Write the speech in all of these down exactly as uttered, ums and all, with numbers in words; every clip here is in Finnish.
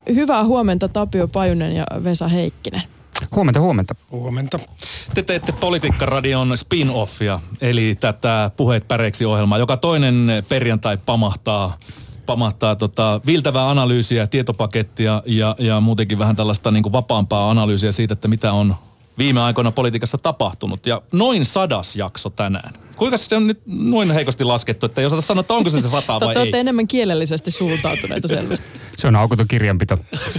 hyvää huomenta Tapio Pajunen ja Vesa Heikkinen. Huomenta, huomenta. Huomenta. Te teette Politiikka-radion spin-offia, eli tätä Puheet päreiksi -ohjelmaa, joka toinen perjantai pamahtaa, pamahtaa tota, viiltävää analyysiä, tietopakettia ja, ja muutenkin vähän tällaista niin kuin vapaampaa analyysiä siitä, että mitä on viime aikoina politiikassa tapahtunut. Ja noin sadas jakso tänään. Kuinka se on nyt noin heikosti laskettu, että ei osata sanoa, että onko se se sata vai ei? Te olette ei? enemmän kielellisesti suuntautuneita selvästi. Se on aukoton kirjanpito.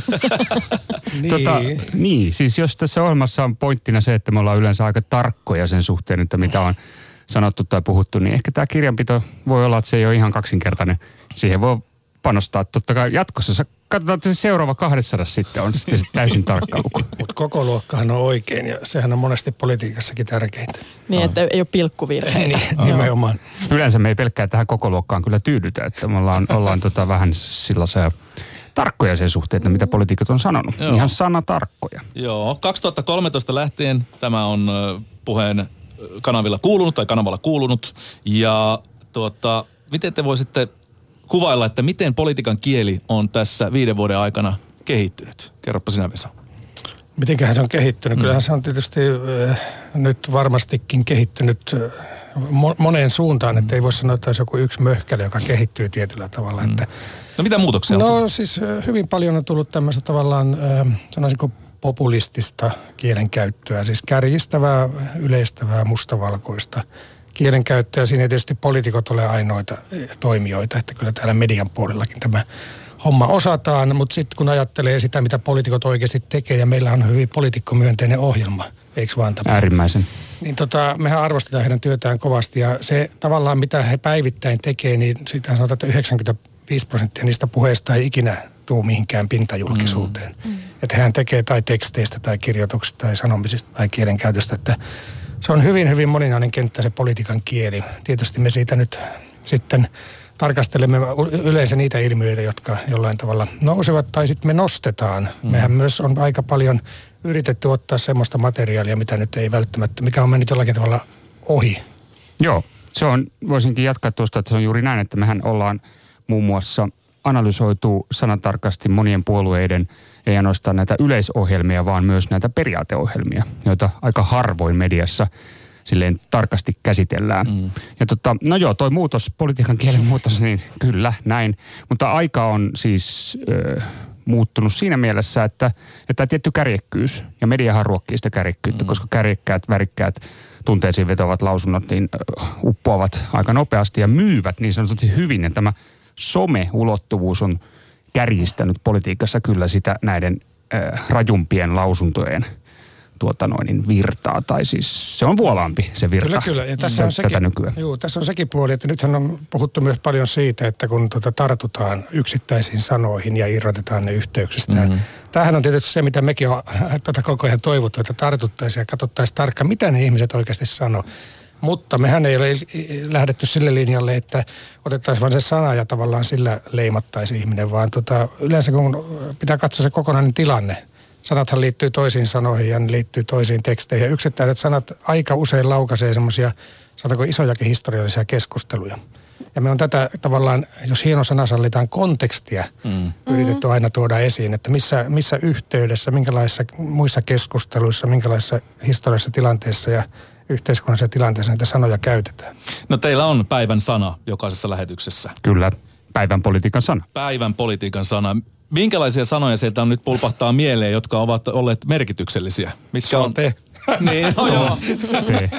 niin. Tota, niin, siis jos tässä ohjelmassa on pointtina se, että me ollaan yleensä aika tarkkoja sen suhteen, että mitä on sanottu tai puhuttu, niin ehkä tämä kirjanpito voi olla, että se ei ole ihan kaksinkertainen. Siihen voi panostaa totta kai jatkossa. Katsotaan, että se seuraava kaksisataa sitten on sitten täysin tarkka luku. Mutta koko luokkahan on oikein ja sehän on monesti politiikassakin tärkeintä. Niin, että ei ole pilkkuvirheitä. Niin, nimenomaan. Yleensä me ei pelkkää tähän koko luokkaan kyllä tyydytä, että me ollaan, ollaan tota vähän sellaisia tarkkoja sen suhteen, että mitä poliitikot on sanonut. Joo. Ihan sanatarkkoja. Joo, kaksituhattakolmetoista lähtien tämä on Puheen kanavilla kuulunut tai kanavalla kuulunut. Ja tuota, miten te voisitte kuvailla, että miten politiikan kieli on tässä viiden vuoden aikana kehittynyt? Kerropa sinä, Vesa. Mitenköhän se on kehittynyt? Mm. Kyllähän se on tietysti äh, nyt varmastikin kehittynyt äh, mo- moneen suuntaan, että ei voi sanoa, että olisi joku yksi möhkäle, joka kehittyy tietyllä tavalla. Mm. Että, no mitä muutoksia on No tullut? siis äh, hyvin paljon on tullut tämmöistä tavallaan, äh, sanoisinko populistista kielenkäyttöä, siis kärjistävää, yleistävää, mustavalkoista kielenkäyttöä. Siinä ei tietysti poliitikot ole ainoita toimijoita, että kyllä täällä median puolellakin tämä homma osataan, mutta sitten kun ajattelee sitä, mitä poliitikot oikeasti tekee, ja meillä on hyvin poliitikkomyönteinen ohjelma, eikö vaan tämä? Äärimmäisen. Niin tota, mehän arvostetaan heidän työtään kovasti, ja se tavallaan, mitä he päivittäin tekee, niin siitä sanotaan, että yhdeksänkymmentäviisi prosenttia niistä puheista ei ikinä tule mihinkään pintajulkisuuteen. Mm. Että hän tekee tai teksteistä, tai kirjoituksista, tai sanomisista, tai kielenkäytöstä, että se on hyvin, hyvin moninainen kenttä se politiikan kieli. Tietysti me siitä nyt sitten tarkastelemme yleensä niitä ilmiöitä, jotka jollain tavalla nousevat tai sitten me nostetaan. Mm. Mehän myös on aika paljon yritetty ottaa semmoista materiaalia, mitä nyt ei välttämättä, mikä on mennyt jollakin tavalla ohi. Joo, se on, voisinkin jatkaa tuosta, että se on juuri näin, että mehän ollaan muun muassa analysoitu sanatarkasti monien puolueiden, ei ainoastaan näitä yleisohjelmia, vaan myös näitä periaateohjelmia, joita aika harvoin mediassa silleen tarkasti käsitellään. Mm. Ja tota, no joo, toi muutos, politiikan kielen muutos, niin kyllä, näin. Mutta aika on siis ö, muuttunut siinä mielessä, että, että tietty kärjekkyys, ja mediahan ruokkii sitä kärjekkyyttä, mm. koska kärjekkäät, värikkäät, tunteisiin vetovat lausunnot, niin ö, uppoavat aika nopeasti ja myyvät niin sanotusti hyvin. Ja tämä some-ulottuvuus on kärjistänyt politiikassa kyllä sitä näiden äh, rajumpien lausuntojen tuota noin, virtaa, tai siis se on vuolaampi se virta. Kyllä, kyllä. Ja tässä on sekin, juu, tässä on sekin puoli, että nythän on puhuttu myös paljon siitä, että kun tuota tartutaan yksittäisiin sanoihin ja irrotetaan ne yhteyksistään. Mm-hmm. Tämähän on tietysti se, mitä mekin on tätä koko ajan toivottu, että tartuttaisiin ja katsottaisiin tarkkaan, mitä ne ihmiset oikeasti sanoo. Mutta mehän ei ole lähdetty sille linjalle, että otettaisiin vain se sana ja tavallaan sillä leimattaisiin ihminen, vaan tota, yleensä kun pitää katsoa se kokonainen tilanne. Sanathan liittyy toisiin sanoihin ja ne liittyy toisiin teksteihin. Ja yksittäiset sanat aika usein laukaisee semmoisia, sanotaanko isojakin historiallisia keskusteluja. Ja me on tätä tavallaan, jos hieno sana sallitaan, kontekstia mm. yritetty aina tuoda esiin, että missä, missä yhteydessä, minkälaisissa muissa keskusteluissa, minkälaisissa historiallisissa tilanteissa ja yhteiskunnallisessa tilanteessa niitä sanoja käytetään. No teillä on päivän sana jokaisessa lähetyksessä. Kyllä, päivän politiikan sana. Päivän politiikan sana. Minkälaisia sanoja sieltä on nyt pulpahtaa mieleen, jotka ovat olleet merkityksellisiä? Mitkä on te? Niin, sote.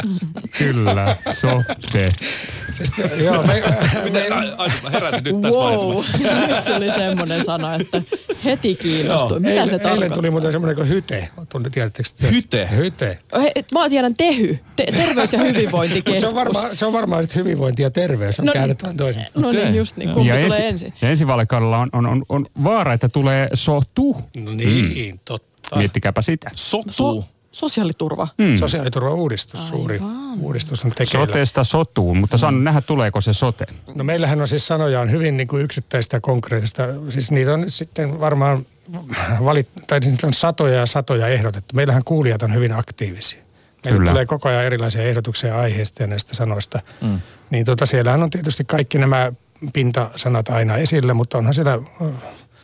Kyllä, sote. Siis, joo, me, me... Heräsin nyt tässä wow. vaiheessa. Nyt se oli semmoinen sana, että heti kiinnostui. Mitä eilen, se tarkoittaa? Eilen tuli muuten semmoinen kuin hyte. Tiedättekö? Hyte? Hyte. He, mä tiedän tehy. Te, terveys- ja hyvinvointikeskus. Se on varmaan, se on varmaan sitten hyvinvointi ja terveys. On no, käännettävän toisin. No okay. Niin, just niin. Kumpi ja tulee ensi, ensin? Ja ensi vaalikaudella on, on, on, on vaara, että tulee sotu. No niin, mm. totta. Miettikääpä sitä. Sotu. So, sosiaaliturva. Mm. Sosiaaliturva-uudistus, suuri uudistus on tekeillä. Soteesta sotuun, mutta saan mm. nähdä, tuleeko se sote. No meillähän on siis sanoja on hyvin niin kuin yksittäistä ja konkreettista. Siis niitä on sitten varmaan valit, tai niitä on satoja ja satoja ehdotettu. Meillähän kuulijat on hyvin aktiivisia. Meille Kyllä. tulee koko ajan erilaisia ehdotuksia aiheista ja näistä sanoista. Mm. Niin tota, siellähän on tietysti kaikki nämä pintasanat aina esillä, mutta onhan siellä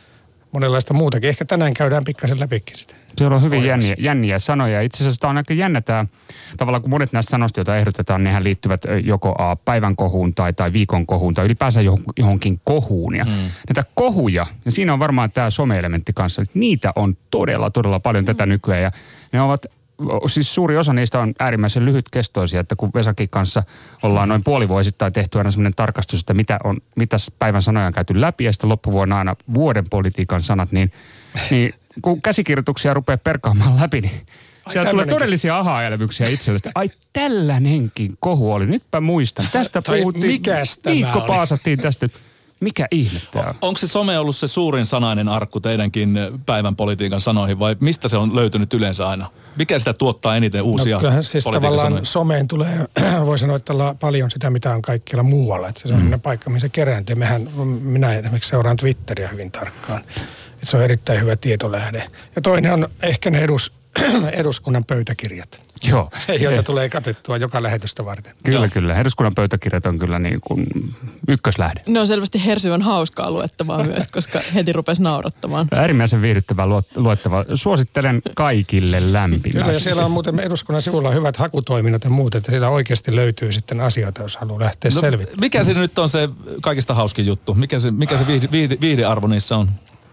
monenlaista muutakin. Ehkä tänään käydään pikkasen läpikin sitä. Siellä on hyvin jänniä, jänniä sanoja. Itse asiassa tämä on aika jännä tämä, tavallaan kun monet näistä sanoista, joita ehdotetaan, nehän liittyvät joko a, päivän kohuun tai, tai viikon kohuun tai ylipäänsä johonkin kohuun. Ja mm. näitä kohuja, ja siinä on varmaan tämä some-elementti kanssa, että niitä on todella, todella paljon mm. tätä nykyään. Ja ne ovat, siis suuri osa niistä on äärimmäisen lyhytkestoisia, että kun Vesakin kanssa ollaan noin puolivuosittain tehty aina sellainen tarkastus, että mitä, on, mitä päivän sanoja on käyty läpi ja sitten loppuvuonna aina vuoden politiikan sanat, niin, niin kun käsikirjoituksia rupeaa perkaamaan läpi, niin ai, sieltä tulee todellisia aha-elämyksiä itselle, että ai tällainenkin kohu oli, nytpä muistan. Tästä puhuttiin, viikko paasattiin tästä. Mikä ihme tämä on? Onko se some ollut se suurin sanainen arkku teidänkin päivän politiikan sanoihin vai mistä se on löytynyt yleensä aina? Mikä sitä tuottaa eniten uusia no, kyllähän siis tavallaan sanoja? Someen tulee, voi sanoa, että paljon sitä, mitä on kaikkialla muualla. Että se on mm. sellainen paikka, mihin se kerääntyy. Mehän, minä esimerkiksi seuraan Twitteriä hyvin tarkkaan. Että se on erittäin hyvä tietolähde. Ja toinen on ehkä ne edus, eduskunnan pöytäkirjat. Joo. Joita tulee katettua joka lähetystä varten. Kyllä, Joo. kyllä. Eduskunnan pöytäkirjat on kyllä niin kuin ykköslähde. Ne on selvästi hersyvän hauskaa luettavaa myös, koska heti rupesi naurattamaan. Äärimmäisen viihdyttävää luettavaa. Suosittelen kaikille lämpimästi. Kyllä, ja siellä on muuten eduskunnan sivulla hyvät hakutoiminnot ja muut, että siellä oikeasti löytyy sitten asioita, jos haluaa lähteä no, selvittämään. Mikä se nyt on se kaikista hauskin juttu? Mikä se, mikä se viihde, viihde, viihdearvo niissä on?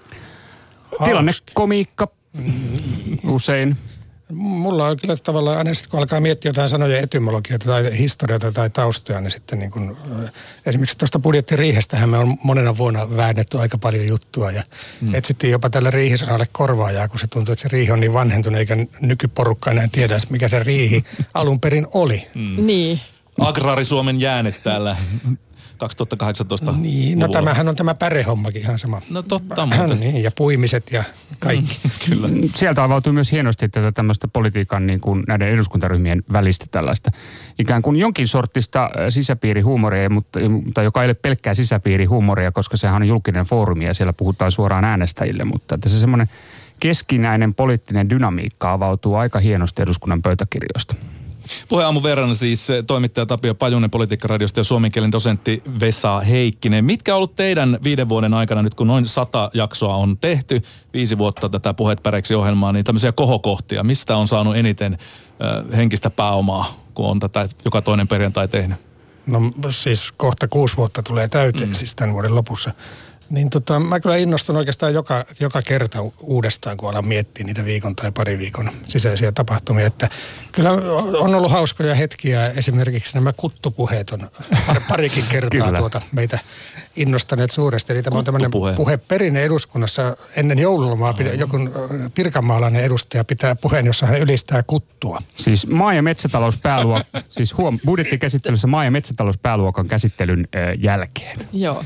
Tilannekomiikka usein. Mulla on kyllä tavallaan aina sitten, kun alkaa miettiä jotain sanoja etymologioita tai historiata tai taustoja, niin sitten niin kuin, esimerkiksi tuosta budjettiriihestähän me on monena vuonna väännetty aika paljon juttua ja mm. etsittiin jopa tällä riihisanalle korvaajaa, kun se tuntuu, että se riihi on niin vanhentunut eikä nykyporukka enää tiedä, mikä se riihi alun perin oli. Mm. Niin. Agraari-Suomen jäänet täällä kaksituhattakahdeksantoista Niin, no tämähän on tämä pärehommakin ihan sama. No totta, mutta. Niin, ja puimiset ja kaikki. Mm, kyllä. Sieltä avautuu myös hienosti tätä tämmöistä politiikan niin kuin näiden eduskuntaryhmien välistä tällaista ikään kuin jonkin sortista sisäpiirihuumoria, mutta, mutta joka ei ole pelkkää sisäpiirihuumoria, koska sehän on julkinen foorumi ja siellä puhutaan suoraan äänestäjille, mutta että se semmoinen keskinäinen poliittinen dynamiikka avautuu aika hienosti eduskunnan pöytäkirjoista. Puheen aamun verran siis toimittaja Tapio Pajunen Politiikkaradiosta ja suomenkielen dosentti Vesa Heikkinen. Mitkä on ollut teidän viiden vuoden aikana, nyt kun noin sata jaksoa on tehty, viisi vuotta tätä Puheet päreiksi -ohjelmaa, niin tämmöisiä kohokohtia, mistä on saanut eniten äh, henkistä pääomaa, kun on tätä joka toinen perjantai tehnyt? No siis kohta kuusi vuotta tulee täyteen, mm. siis tämän vuoden lopussa. Niin tota, mä kyllä innostun oikeastaan joka, joka kerta uudestaan, kun alan miettiä niitä viikon tai pari viikon sisäisiä tapahtumia. Että kyllä on ollut hauskoja hetkiä, esimerkiksi nämä kuttupuheet on parikin kertaa tuota meitä innostaneet suuresti. Eli tämä on tämmöinen puheperinne eduskunnassa ennen joululomaa. Oh. Joku pirkanmaalainen edustaja pitää puheen, jossa hän ylistää kuttua. Siis maa- ja metsätalouspääluokka, siis huom, budjettikäsittelyssä maa- ja metsätalouspääluokan käsittelyn äh, jälkeen. Joo.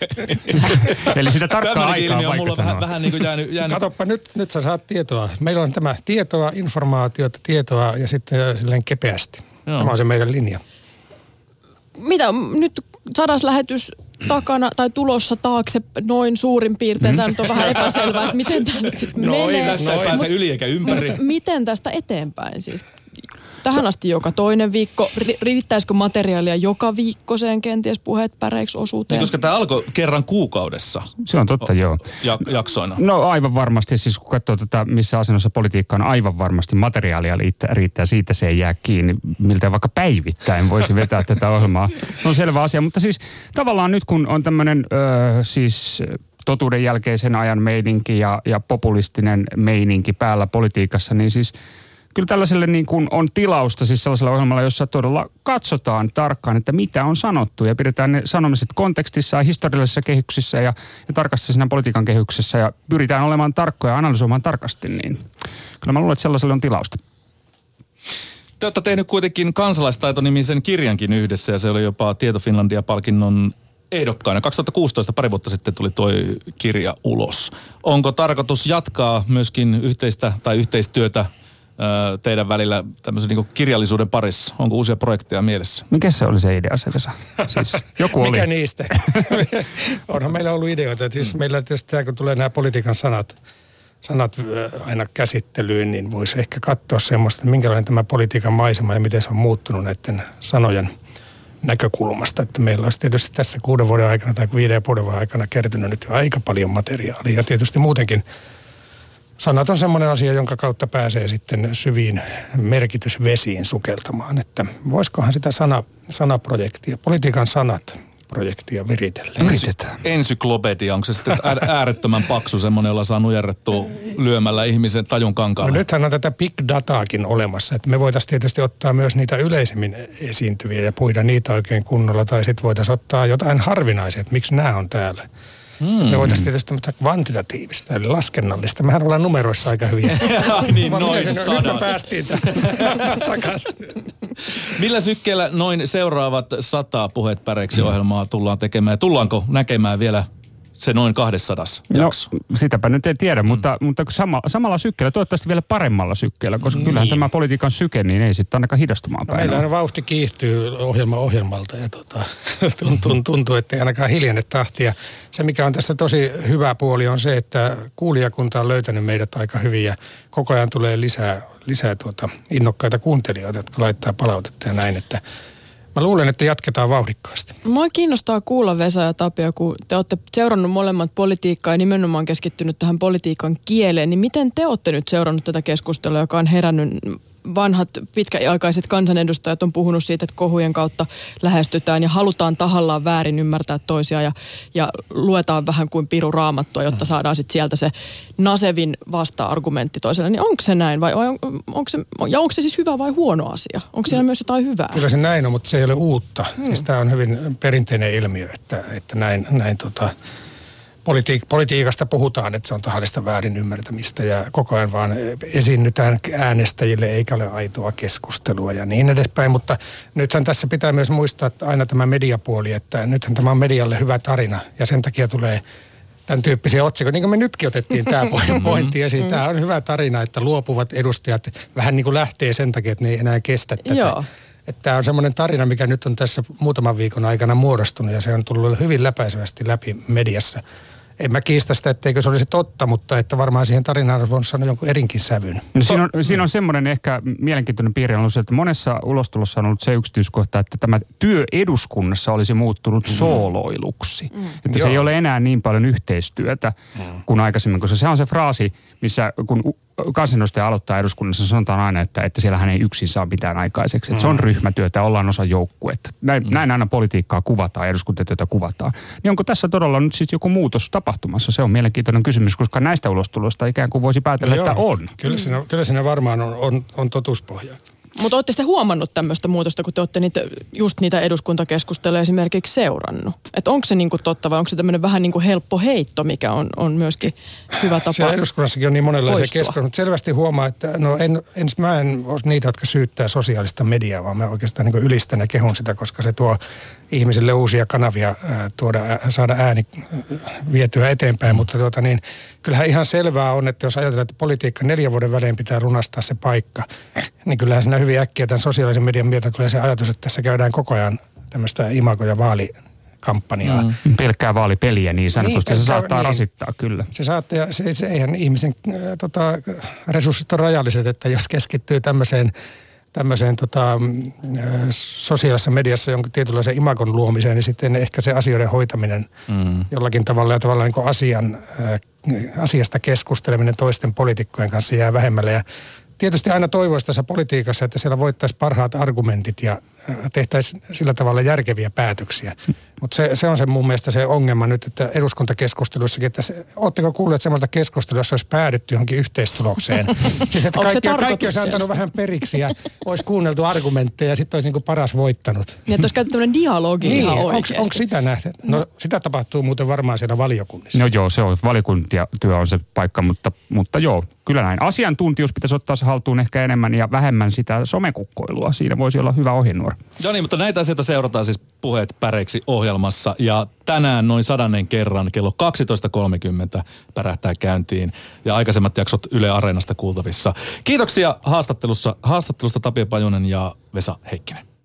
Eli sitä tarkkaa aikaa on vaikka mulla sanoa. Vähän, vähän niin kuin jäänyt, jäänyt. Katoppa, nyt, nyt sä saat tietoa. Meillä on tämä tietoa, informaatiota, tietoa ja sitten silleen kepeästi. Joo. Tämä on se meidän linja. Mitä nyt sadas lähetys takana tai tulossa taakse noin suurin piirtein. Tämä nyt on vähän epäselvää, että miten tämä nyt sitten noin, menee. Tästä ei pääse yli eikä ympäri. M- miten tästä eteenpäin siis? Tähän asti joka toinen viikko. Riittäisikö materiaalia joka viikkoiseen kenties Puheet päreiksi -osuuteen? Niin, koska tämä alkoi kerran kuukaudessa. Se on totta, joo. Ja, jaksoina. No aivan varmasti, siis kun katsoo tätä, missä asennossa politiikka on, aivan varmasti materiaalia riittää, riittää, siitä se ei jää kiinni, miltä vaikka päivittäin voisi vetää tätä ohjelmaa. No selvä asia, mutta siis tavallaan nyt kun on tämmöinen öö, siis totuuden jälkeisen ajan meininki ja, ja populistinen meininki päällä politiikassa, niin siis kyllä tällaiselle niin kuin on tilausta siis sellaisella ohjelmalla, jossa todella katsotaan tarkkaan, että mitä on sanottu ja pidetään ne sanomiset kontekstissa ja historiallisissa kehyksissä ja, ja tarkasti siinä politiikan kehyksessä ja pyritään olemaan tarkkoja ja analysoimaan tarkasti, niin kyllä mä luulen, että sellaiselle on tilausta. Te olette tehnyt kuitenkin Kansalaistaito-nimisen kirjankin yhdessä ja se oli jopa Tieto Finlandia-palkinnon ehdokkaana. kaksituhattakuusitoista, pari vuotta sitten, tuli toi kirja ulos. Onko tarkoitus jatkaa myöskin yhteistä tai yhteistyötä teidän välillä tämmöisen niin kuin kirjallisuuden parissa? Onko uusia projekteja mielessä? Mikä se oli se idea, se Vesa? Siis joku oli. Mikä niistä? Onhan meillä ollut ideoita. Siis mm. meillä tietysti kun tulee nämä politiikan sanat, sanat aina käsittelyyn, niin voisi ehkä katsoa semmoista, että minkälainen tämä politiikan maisema ja miten se on muuttunut näiden sanojen näkökulmasta. Että meillä olisi tietysti tässä kuuden vuoden aikana tai viiden ja puolen vuoden aikana kertynyt nyt jo aika paljon materiaalia. Ja tietysti muutenkin sanat on semmoinen asia, jonka kautta pääsee sitten syviin merkitysvesiin sukeltamaan. Että voisikohan sitä sana, sanaprojektia, politiikan sanat projektia viritellä. Yritetään. Ensyklopedia, onko se sitten äärettömän paksu semmoinen, jolla saa nujerrettua lyömällä ihmisen tajun kankaalle? No nythän on tätä big dataakin olemassa, että me voitaisiin tietysti ottaa myös niitä yleisemmin esiintyviä ja puida niitä oikein kunnolla, tai sitten voitaisiin ottaa jotain harvinaisia, että miksi nämä on täällä. Hmm. Me voitaisiin tietysti tämmöistä kvantitatiivista, eli laskennallista. Mehän ollaan numeroissa aika hyviä. niin, noin sadas. Nyt me päästiin takaisin. Millä sykkeellä noin seuraavat sata Puheet päreiksi -ohjelmaa tullaan tekemään? Ja tullaanko näkemään vielä se noin kaksisataa jakso? No, sitäpä nyt en tiedä, mm. mutta, mutta sama, samalla sykkeellä, toivottavasti vielä paremmalla sykkeellä, koska niin. kyllähän tämä politiikan syke, niin ei sitten ainakaan hidastumaan no, päin. Meillähän vauhti kiihtyy ohjelma ohjelmalta ja tota, tuntuu, tuntuu, että ei ainakaan hiljene tahtia. Se, mikä on tässä tosi hyvä puoli, on se, että kuulijakunta on löytänyt meidät aika hyvin ja koko ajan tulee lisää, lisää tuota, innokkaita kuuntelijoita, jotka laittaa palautetta ja näin, että mä luulen, että jatketaan vauhdikkaasti. Mua kiinnostaa kuulla, Vesa ja Tapio, kun te olette seurannut molemmat politiikkaa ja nimenomaan keskittynyt tähän politiikan kieleen, niin miten te olette nyt seurannut tätä keskustelua, joka on herännyt? Vanhat pitkäaikaiset kansanedustajat on puhunut siitä, että kohujen kautta lähestytään ja halutaan tahallaan väärin ymmärtää toisia ja, ja luetaan vähän kuin piru raamattua, jotta saadaan sitten sieltä se nasevin vasta-argumentti toiselle. Niin onko se näin vai on, onko se, ja onko se siis hyvä vai huono asia? Onko siellä myös jotain hyvää? Kyllä se näin on, mutta se ei ole uutta. Hmm. Siis tämä on hyvin perinteinen ilmiö, että, että näin, näin tota... Politiik- politiikasta puhutaan, että se on tahallista väärin ymmärtämistä ja koko ajan vaan esiinnytään äänestäjille eikä ole aitoa keskustelua ja niin edespäin. Mutta nythän tässä pitää myös muistaa että aina tämä mediapuoli, että nythän tämä on medialle hyvä tarina ja sen takia tulee tämän tyyppisiä otsikoita. Niin kuin me nytkin otettiin tämä pointti esiin. Tämä on hyvä tarina, että luopuvat edustajat vähän niin kuin lähtee sen takia, että ne ei enää kestä tätä. Joo. Että tämä on semmoinen tarina, mikä nyt on tässä muutaman viikon aikana muodostunut ja se on tullut hyvin läpäisevästi läpi mediassa. En mä kiistä sitä, etteikö se olisi totta, mutta että varmaan siihen tarinaan on voinut sanoa jonkun erinkin sävyn. No siinä on, siinä on semmoinen ehkä mielenkiintoinen piirre on ollut, että monessa ulostulossa on ollut se yksityiskohta, että tämä työ eduskunnassa olisi muuttunut mm. sooloiluksi. Mm. Että Joo. se ei ole enää niin paljon yhteistyötä mm. kuin aikaisemmin, koska se on se fraasi, missä kun kansanedustaja aloittaa eduskunnassa, sanotaan aina, että, että siellä hän ei yksin saa mitään aikaiseksi. Että se on ryhmätyötä, ollaan osa joukkuetta. Näin, mm. näin aina politiikkaa kuvataan, eduskuntatyötä kuvataan. Niin onko tässä todella nyt siis joku muutos tapahtumassa? Se on mielenkiintoinen kysymys, koska näistä ulostuloista ikään kuin voisi päätellä, no että on. Kyllä siinä, kyllä siinä varmaan on, on, on totuuspohjaa. Mutta olette sitten huomannut tämmöistä muutosta, kun te olette niitä, just niitä eduskuntakeskusteluja esimerkiksi seurannut? Että onko se niinku totta vai onko se tämmöinen vähän niinku helppo heitto, mikä on, on myöskin hyvä tapa siellä eduskunnassakin on niin monenlaisia keskusteluja, mutta selvästi huomaa, että no en, en, mä en ole niitä, jotka syyttää sosiaalista mediaa, vaan mä oikeastaan niinku ylistän ja kehun sitä, koska se tuo ihmisille uusia kanavia ää, tuoda, ää, saada ääni vietyä eteenpäin, mutta tuota niin, kyllähän ihan selvää on, että jos ajatellaan, että politiikka neljän vuoden välein pitää lunastaa se paikka, niin kyllähän siinä hyvin äkkiä tämän sosiaalisen median myötä tulee se ajatus, että tässä käydään koko ajan tämmöistä imago- ja vaalikampanjaa. Mm. Pelkkää vaalipeliä niin sanotusti, niin, se saattaa niin, rasittaa kyllä. Se saattaa, se, se eihän ihmisen äh, tota, resurssit on rajalliset, että jos keskittyy tämmöiseen tämmöiseen tota, sosiaalisessa mediassa jonkun tietynlaisen imagon luomiseen, niin sitten ehkä se asioiden hoitaminen mm. jollakin tavalla ja tavallaan niin kuin asian, ää, asiasta keskusteleminen toisten poliitikkojen kanssa jää vähemmälle. Ja tietysti aina toivoisi tässä politiikassa, että siellä voittaisiin parhaat argumentit ja tehtäisiin sillä tavalla järkeviä päätöksiä. Mutta se, se on se mun mielestä se ongelma nyt, että eduskuntakeskusteluissakin, että se, ootteko kuulleet semmoista keskustelua, jossa olisi päädytty johonkin yhteistulokseen? Siis että kaikki, kaikki olisi antanut vähän periksi ja olisi kuunneltu argumentteja ja sitten olisi niin kuin paras voittanut. Niin, että olisi käytetty tämmöinen dialogi niin, ihan oikeasti. Onko sitä nähty? No, no sitä tapahtuu muuten varmaan siellä valiokunnissa. No joo, se on, valiokuntatyö on se paikka, mutta, mutta joo, kyllä näin. Asiantuntijuus pitäisi ottaa se haltuun ehkä enemmän ja vähemmän sitä somekukkoilua. Siinä voisi olla hyvä ohjenuora. Joo niin, mutta näitä asioita seurataan siis Puheet päreiksi -ohjelmassa ja tänään noin sadannen kerran kello kaksitoista kolmekymmentä pärähtää käyntiin ja aikaisemmat jaksot Yle Areenasta kuultavissa. Kiitoksia haastattelussa, haastattelusta Tapio Pajunen ja Vesa Heikkinen.